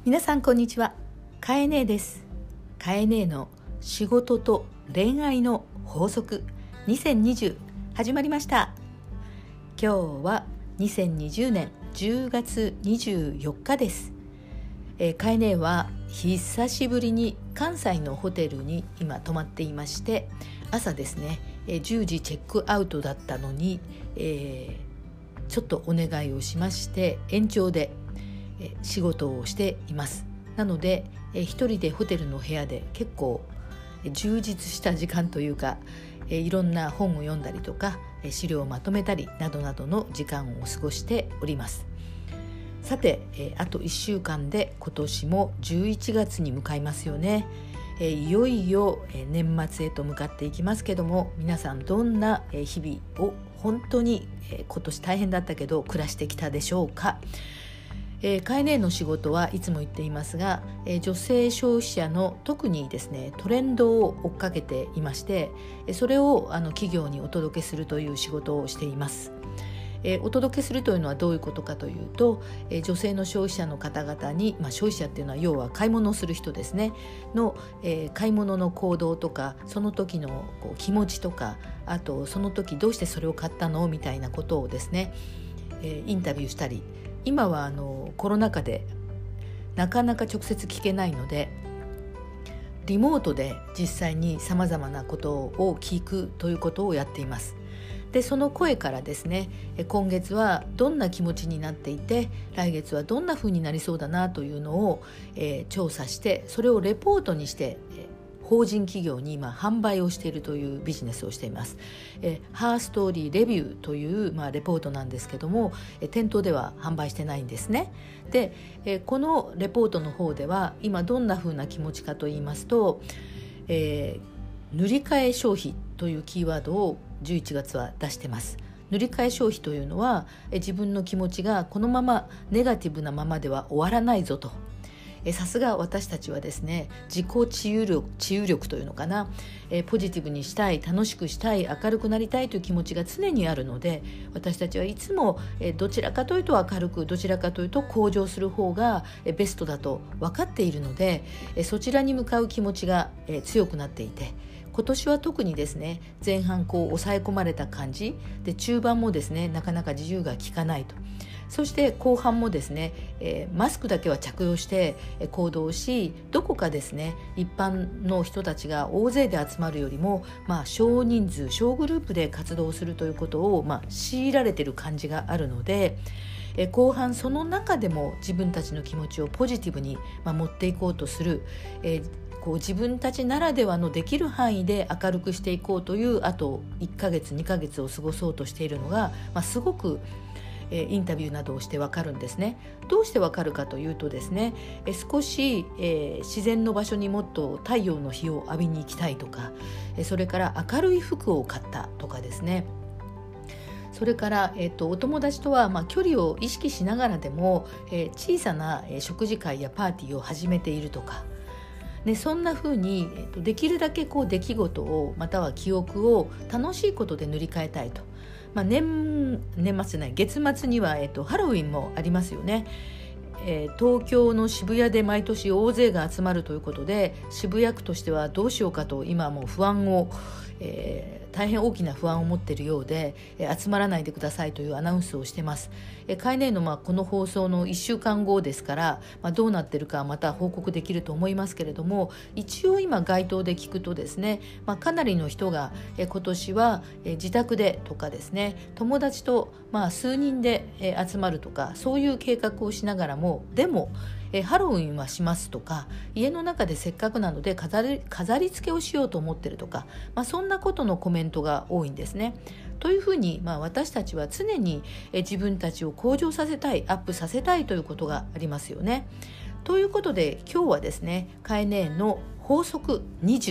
皆さんこんにちは。かえねえです。かえねえの仕事と恋愛の法則2020始まりました。今日は2020年10月24日です。かえねえは久しぶりに関西のホテルに今泊まっていまして、朝ですね10時チェックアウトだったのに、ちょっとお願いをしまして延長で仕事をしています。なので一人でホテルの部屋で結構充実した時間というか、いろんな本を読んだりとか資料をまとめたりなどなどの時間を過ごしております。さて、あと1週間で今年も11月に向かいますよね。いよいよ年末へと向かっていきますけども、皆さんどんな日々を本当に今年大変だったけど暮らしてきたでしょうか。かえねえの仕事はいつも言っていますが、女性消費者の特にですねトレンドを追っかけていまして、それを企業にお届けするという仕事をしています。お届けするというのはどういうことかというと、女性の消費者の方々に、消費者っていうのは要は買い物をする人ですねの、買い物の行動とかその時の気持ちとか、あとその時どうしてそれを買ったのみたいなことをですね、インタビューしたり、今はコロナ禍でなかなか直接聞けないのでリモートで実際にさまざまなことを聞くということをやっています。でその声からですね、今月はどんな気持ちになっていて来月はどんな風になりそうだなというのを、調査して、それをレポートにして法人企業に今販売をしているというビジネスをしています。ハーストーリーレビューという、レポートなんですけども、店頭では販売してないんですね。で、このレポートの方では今どんな風な気持ちかと言いますと、塗り替え消費というキーワードを11月は出してます。塗り替え消費というのは自分の気持ちがこのままネガティブなままでは終わらないぞと。さすが私たちはですね、自己治癒力というのかな、ポジティブにしたい、楽しくしたい、明るくなりたいという気持ちが常にあるので、私たちはいつもどちらかというと明るく、どちらかというと向上する方がベストだと分かっているので、そちらに向かう気持ちが強くなっていて、今年は特にですね前半抑え込まれた感じで、中盤もですねなかなか自由が利かないと。そして後半もですね、マスクだけは着用して行動し、どこかですね一般の人たちが大勢で集まるよりも、少人数小グループで活動するということを、強いられている感じがあるので、後半その中でも自分たちの気持ちをポジティブに、持っていこうとする、自分たちならではのできる範囲で明るくしていこうという、あと1ヶ月2ヶ月を過ごそうとしているのが、すごくインタビューなどをしてわかるんですね。どうしてわかるかというとですね、少し、自然の場所にもっと太陽の日を浴びに行きたいとか、それから明るい服を買ったとかですね、それから、お友達とは、距離を意識しながらでも、小さな食事会やパーティーを始めているとか、そんな風に、できるだけ出来事をまたは記憶を楽しいことで塗り替えたいと。年末じゃない月末には、ハロウィンもありますよね。東京の渋谷で毎年大勢が集まるということで、渋谷区としてはどうしようかと今もう不安を、大変大きな不安を持っているようで、集まらないでくださいというアナウンスをしてます。かえねえのこの放送の1週間後ですから、どうなってるかまた報告できると思いますけれども、一応今街頭で聞くとですね、かなりの人が今年は自宅でとかですね、友達と数人で集まるとか、そういう計画をしながらも、でもハロウィンはしますとか、家の中でせっかくなので飾り付けをしようと思ってるとか、そんなことのコメントが多いんですね。というふうに、私たちは常に自分たちを向上させたい、アップさせたいということがありますよね。ということで今日はですね、かえねえの法則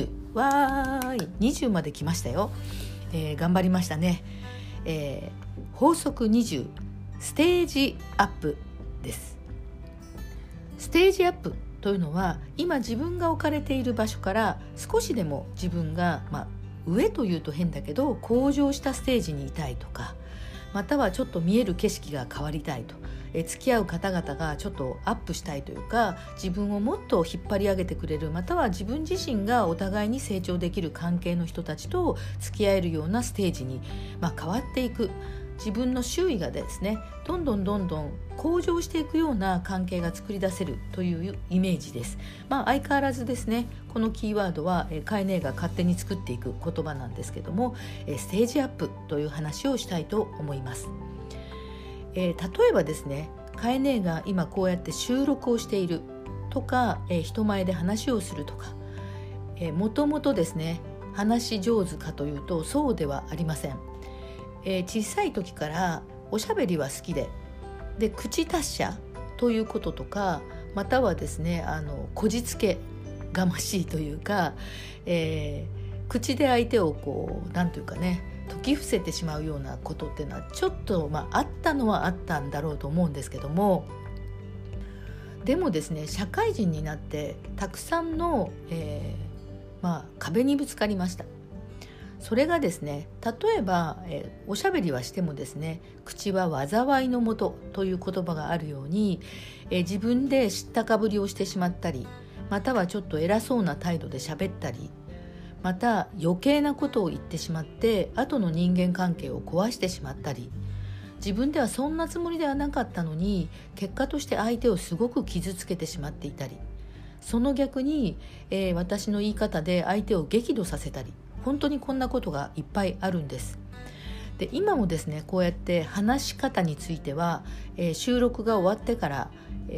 20、20まで来ましたよ。頑張りましたね。法則20、ステージアップです。ステージアップというのは、今自分が置かれている場所から少しでも自分が、上というと変だけど向上したステージにいたいとか、またはちょっと見える景色が変わりたいと付き合う方々がちょっとアップしたいというか、自分をもっと引っ張り上げてくれる、または自分自身がお互いに成長できる関係の人たちと付き合えるようなステージに、変わっていく、自分の周囲がですねどんどん向上していくような関係が作り出せるというイメージです。相変わらずですね、このキーワードはカエネが勝手に作っていく言葉なんですけども、ステージアップという話をしたいと思います。例えばですね、カエネが今こうやって収録をしているとか、人前で話をするとか、もともとですね話し上手かというとそうではありません。小さい時からおしゃべりは好きで、口達者ということとか、またはですねこじつけがましいというか、口で相手をなんというかね解き伏せてしまうようなことっていうのはちょっとあったのはあったんだろうと思うんですけども、でもですね社会人になってたくさんの、壁にぶつかりました。それがですね、例えば、おしゃべりはしてもですね、口は災いのもとという言葉があるように、自分で知ったかぶりをしてしまったり、またはちょっと偉そうな態度で喋ったり、また余計なことを言ってしまって後の人間関係を壊してしまったり、自分ではそんなつもりではなかったのに結果として相手をすごく傷つけてしまっていたり、その逆に、私の言い方で相手を激怒させたり、本当にこんなことがいっぱいあるんです。で今もですねこうやって話し方については、収録が終わってから、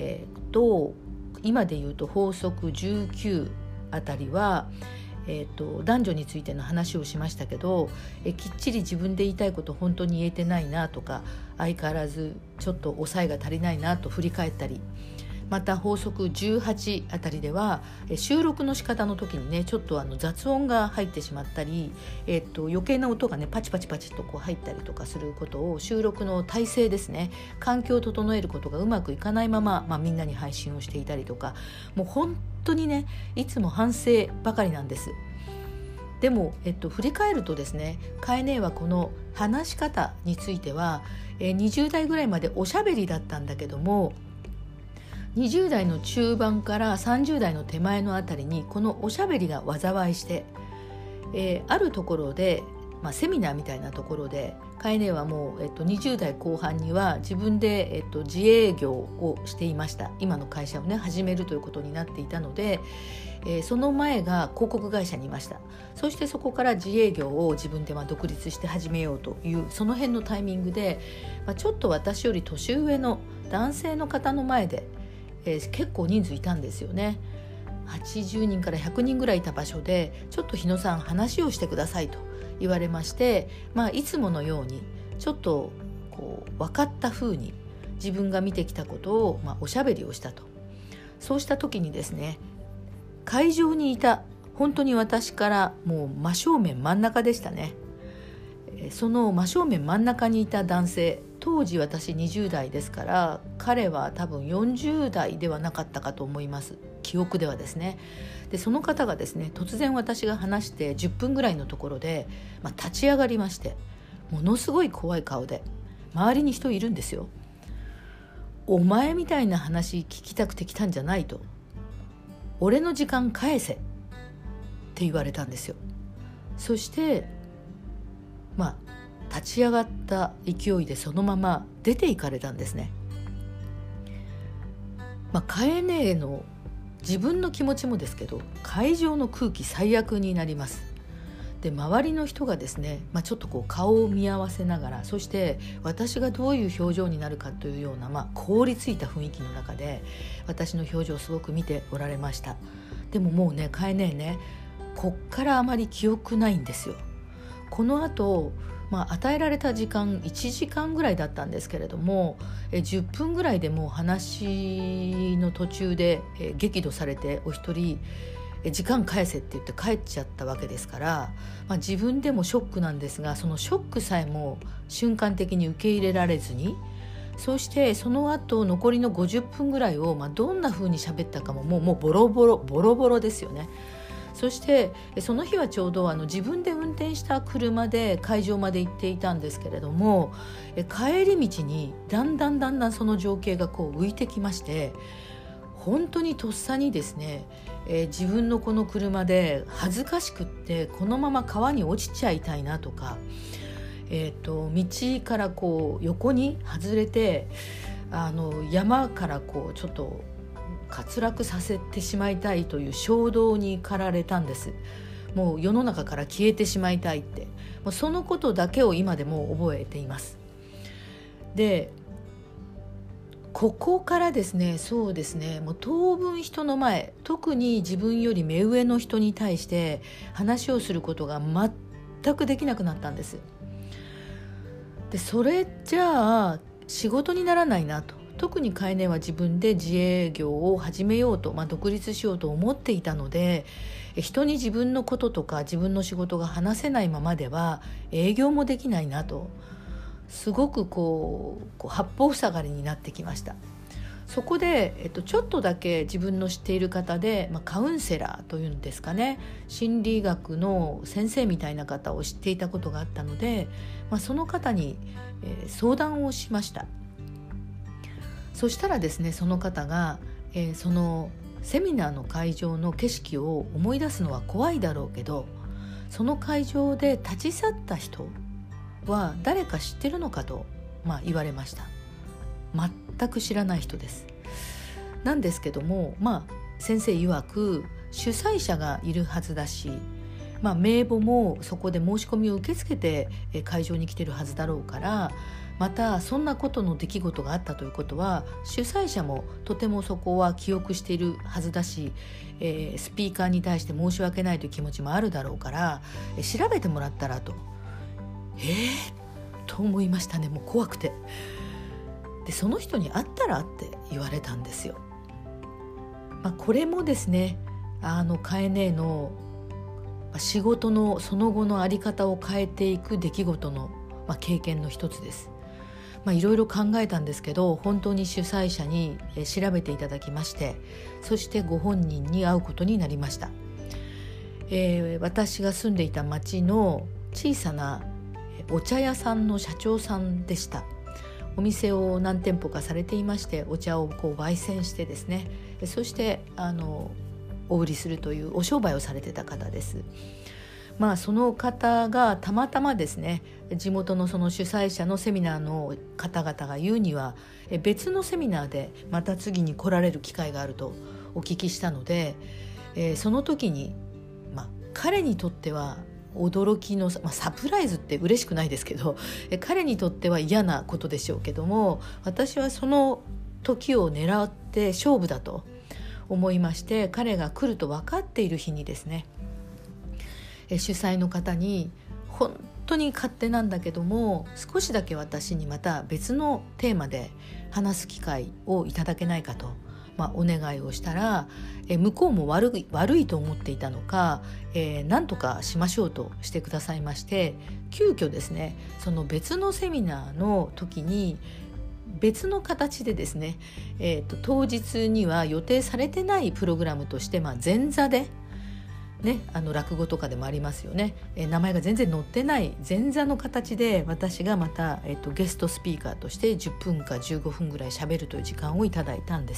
今で言うと法則19あたりは、男女についての話をしましたけど、きっちり自分で言いたいこと本当に言えてないなとか、相変わらずちょっと抑えが足りないなと振り返ったり、また法則18あたりでは収録の仕方の時にねちょっと雑音が入ってしまったり、余計な音がねパチパチと入ったりとかすることを、収録の体制ですね、環境を整えることがうまくいかないまま、みんなに配信をしていたりとか、もう本当にねいつも反省ばかりなんです。でも、振り返るとですね、カエネはこの話し方については、20代ぐらいまでおしゃべりだったんだけども、20代の中盤から30代の手前のあたりにこのおしゃべりが災いして、あるところで、セミナーみたいなところでカエネはもう、20代後半には自分で、自営業をしていました。今の会社をね始めるということになっていたので、その前が広告会社にいました。そしてそこから自営業を自分で独立して始めようというその辺のタイミングで、ちょっと私より年上の男性の方の前で、結構人数いたんですよね。80人から100人ぐらいいた場所で、ちょっと日野さん話をしてくださいと言われまして、いつものようにちょっと分かった風に自分が見てきたことを、おしゃべりをしたと。そうした時にですね、会場にいた本当に私からもう真正面真ん中でしたね。その真正面真ん中にいた男性、当時私20代ですから、彼は多分40代ではなかったかと思います、記憶ではですね。でその方がですね、突然私が話して10分ぐらいのところで、立ち上がりまして、ものすごい怖い顔で、周りに人いるんですよ。お前みたいな話聞きたくて来たんじゃないと、俺の時間返せって言われたんですよ。そして立ち上がった勢いでそのまま出て行かれたんですね。カエネへの自分の気持ちもですけど、会場の空気最悪になります。で周りの人がですね、ちょっと顔を見合わせながら、そして私がどういう表情になるかというような、凍りついた雰囲気の中で私の表情をすごく見ておられました。でももうね、カエネね、こっからあまり記憶ないんですよ。この後与えられた時間1時間ぐらいだったんですけれども、10分ぐらいでもう話の途中で激怒されて、お一人時間返せって言って帰っちゃったわけですから、自分でもショックなんですが、そのショックさえも瞬間的に受け入れられずに、そしてその後残りの50分ぐらいを、どんな風に喋ったかももうボロボロですよね。 そしてその日はちょうど自分で運転した車で会場まで行っていたんですけれども、帰り道にだんだんその情景が浮いてきまして、本当にとっさにですね、自分のこの車で恥ずかしくってこのまま川に落ちちゃいたいなとか、道から横に外れて山からちょっと滑落させてしまいたいという衝動に駆られたんです。もう世の中から消えてしまいたいって、もうそのことだけを今でも覚えています。でここからですね、そうですね、もう当分人の前、特に自分より目上の人に対して話をすることが全くできなくなったんです。でそれじゃあ仕事にならないなと。特にカエネは自分で自営業を始めようと、独立しようと思っていたので、人に自分のこととか自分の仕事が話せないままでは営業もできないなと、すごく八方塞がりになってきました。そこで、ちょっとだけ自分の知っている方で、カウンセラーというんですかね、心理学の先生みたいな方を知っていたことがあったので、その方に、相談をしました。そしたらですね、その方が、そのセミナーの会場の景色を思い出すのは怖いだろうけど、その会場で立ち去った人は誰か知ってるのかと、言われました。全く知らない人です。なんですけども、先生曰く主催者がいるはずだし、名簿もそこで申し込みを受け付けて会場に来てるはずだろうから、またそんなことの出来事があったということは主催者もとてもそこは記憶しているはずだし、スピーカーに対して申し訳ないという気持ちもあるだろうから、調べてもらったらと。と思いましたね。もう怖くて。でその人に会ったらって言われたんですよ。これもですね、カエネの仕事のその後の在り方を変えていく出来事の、経験の一つです。いろいろ考えたんですけど、本当に主催者に調べていただきまして、そしてご本人に会うことになりました。私が住んでいた町の小さなお茶屋さんの社長さんでした。お店を何店舗かされていまして、お茶を焙煎してですね、そしてお売りするというお商売をされてた方です。その方がたまたまですね、地元のその主催者のセミナーの方々が言うには、別のセミナーでまた次に来られる機会があるとお聞きしたので、その時に、彼にとっては驚きの、サプライズって嬉しくないですけど、彼にとっては嫌なことでしょうけども、私はその時を狙って勝負だと思いまして、彼が来ると分かっている日にですね、主催の方に本当に勝手なんだけども、少しだけ私にまた別のテーマで話す機会をいただけないかと、お願いをしたら、向こうも悪いと思っていたのか、何とかしましょうとしてくださいまして、急遽ですね、その別のセミナーの時に別の形でですね、当日には予定されてないプログラムとして、前座で落語とかでもありますよね、名前が全然載ってない前座の形で、私がまた、ゲストスピーカーとして10分か15分ぐらい喋るという時間をいただいたんです。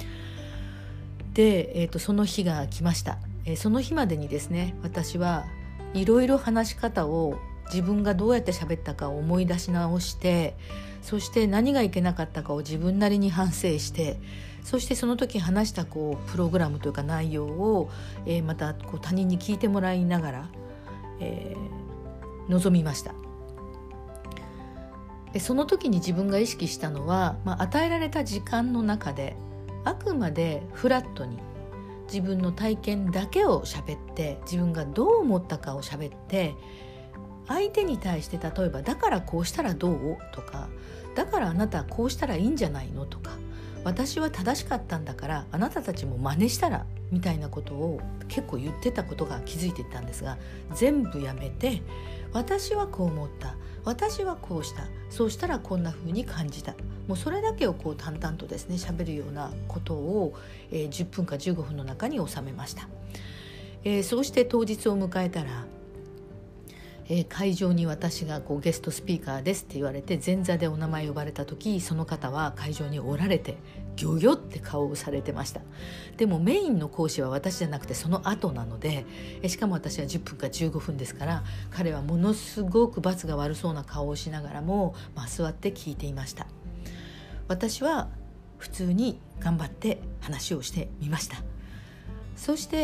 で、その日が来ました。その日までにですね、私はいろいろ話し方を、自分がどうやって喋ったかを思い出し直して、そして何がいけなかったかを自分なりに反省して、そしてその時話したプログラムというか内容を、また他人に聞いてもらいながら、臨みました。その時に自分が意識したのは、与えられた時間の中であくまでフラットに自分の体験だけを喋って、自分がどう思ったかを喋って、相手に対して例えばだからこうしたらどうとか、だからあなたはこうしたらいいんじゃないのとか、私は正しかったんだからあなたたちも真似したらみたいなことを結構言ってたことが気づいていったんですが、全部やめて、私はこう思った、私はこうした、そうしたらこんな風に感じた、もうそれだけを淡々とですね喋るようなことを、10分か15分の中に収めました。 そうして当日を迎えたら、会場に私がゲストスピーカーですって言われて前座でお名前呼ばれた時、その方は会場におられてギョギョって顔をされてました。でもメインの講師は私じゃなくてその後なので、しかも私は10分か15分ですから、彼はものすごく罰が悪そうな顔をしながらも、座って聞いていました。私は普通に頑張って話をしてみました。そして、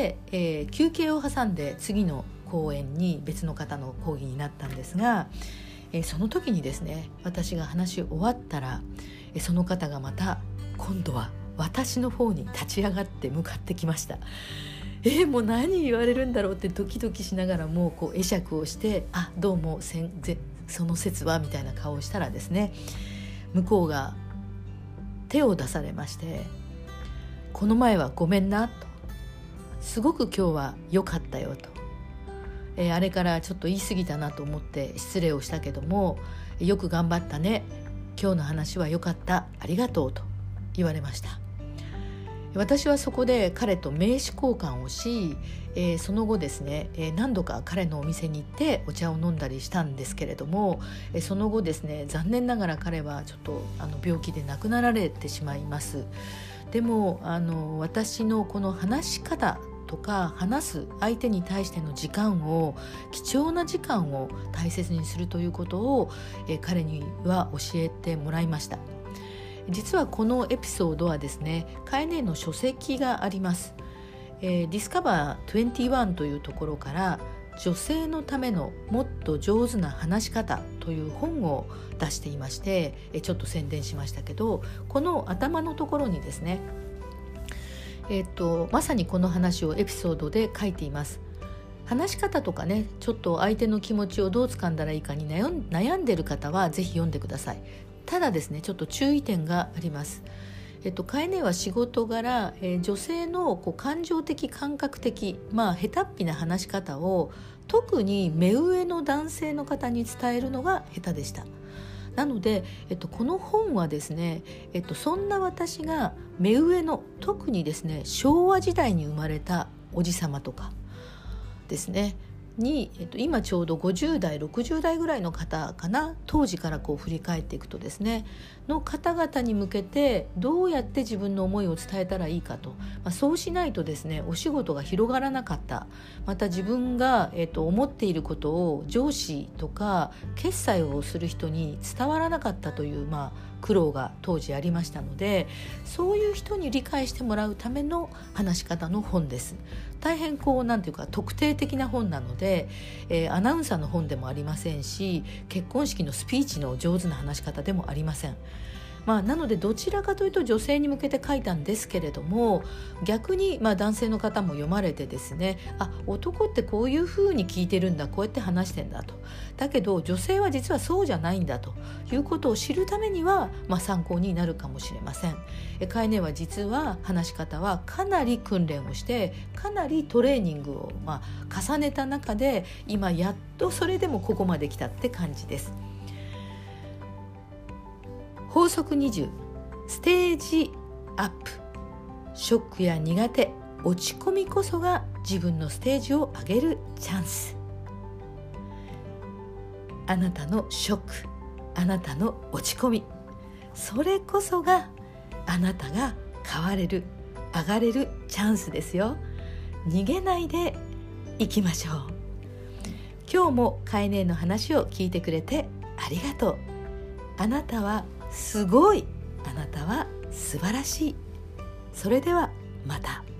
休憩を挟んで次の講演に別の方の講義になったんですが、その時にですね、私が話し終わったら、その方がまた今度は私の方に立ち上がって向かってきました。もう何言われるんだろうってドキドキしながらも会釈をして、どうもその説はみたいな顔をしたらですね、向こうが手を出されまして、この前はごめんなと、すごく今日は良かったよと、あれからちょっと言い過ぎたなと思って失礼をしたけども、よく頑張ったね、今日の話は良かった、ありがとうと言われました。私はそこで彼と名刺交換をし、その後ですね、何度か彼のお店に行ってお茶を飲んだりしたんですけれども、その後ですね、残念ながら彼はちょっと病気で亡くなられてしまいます。でも私のこの話し方とか話す相手に対しての時間を、貴重な時間を大切にするということを、彼には教えてもらいました。実はこのエピソードはですね、カエネの書籍があります。Discover21 というところから女性のためのもっと上手な話し方という本を出していまして、ちょっと宣伝しましたけど、この頭のところにですね、まさにこの話をエピソードで書いています。話し方とかね、ちょっと相手の気持ちをどう掴んだらいいかに悩んでいる方はぜひ読んでください。ただですね、ちょっと注意点があります。カエネは仕事柄、女性の感情的感覚的、下手っぴな話し方を特に目上の男性の方に伝えるのが下手でした。なので、この本はですね、そんな私が目上の、特にですね昭和時代に生まれたおじさまとかですねに、今ちょうど50代60代ぐらいの方かな、当時から振り返っていくとですねの方々に向けてどうやって自分の思いを伝えたらいいかと、そうしないとですねお仕事が広がらなかった、また自分が、思っていることを上司とか決済をする人に伝わらなかったという、苦労が当時ありましたので、そういう人に理解してもらうための話し方の本です。大変なんていうか特定的な本なので、アナウンサーの本でもありませんし、結婚式のスピーチの上手な話し方でもありません。なのでどちらかというと女性に向けて書いたんですけれども、逆に男性の方も読まれてですね、男ってこういう風に聞いてるんだ、こうやって話してんだと、だけど女性は実はそうじゃないんだということを知るためには、参考になるかもしれません。カエネは実は話し方はかなり訓練をして、かなりトレーニングを重ねた中で、今やっとそれでもここまで来たって感じです。法則20、ステージアップ。ショックや苦手、落ち込みこそが自分のステージを上げるチャンス。あなたのショック、あなたの落ち込み、それこそがあなたが変われる、上がれるチャンスですよ。逃げないでいきましょう。今日もカエネの話を聞いてくれてありがとう。あなたはすごい、あなたは素晴らしい。それではまた。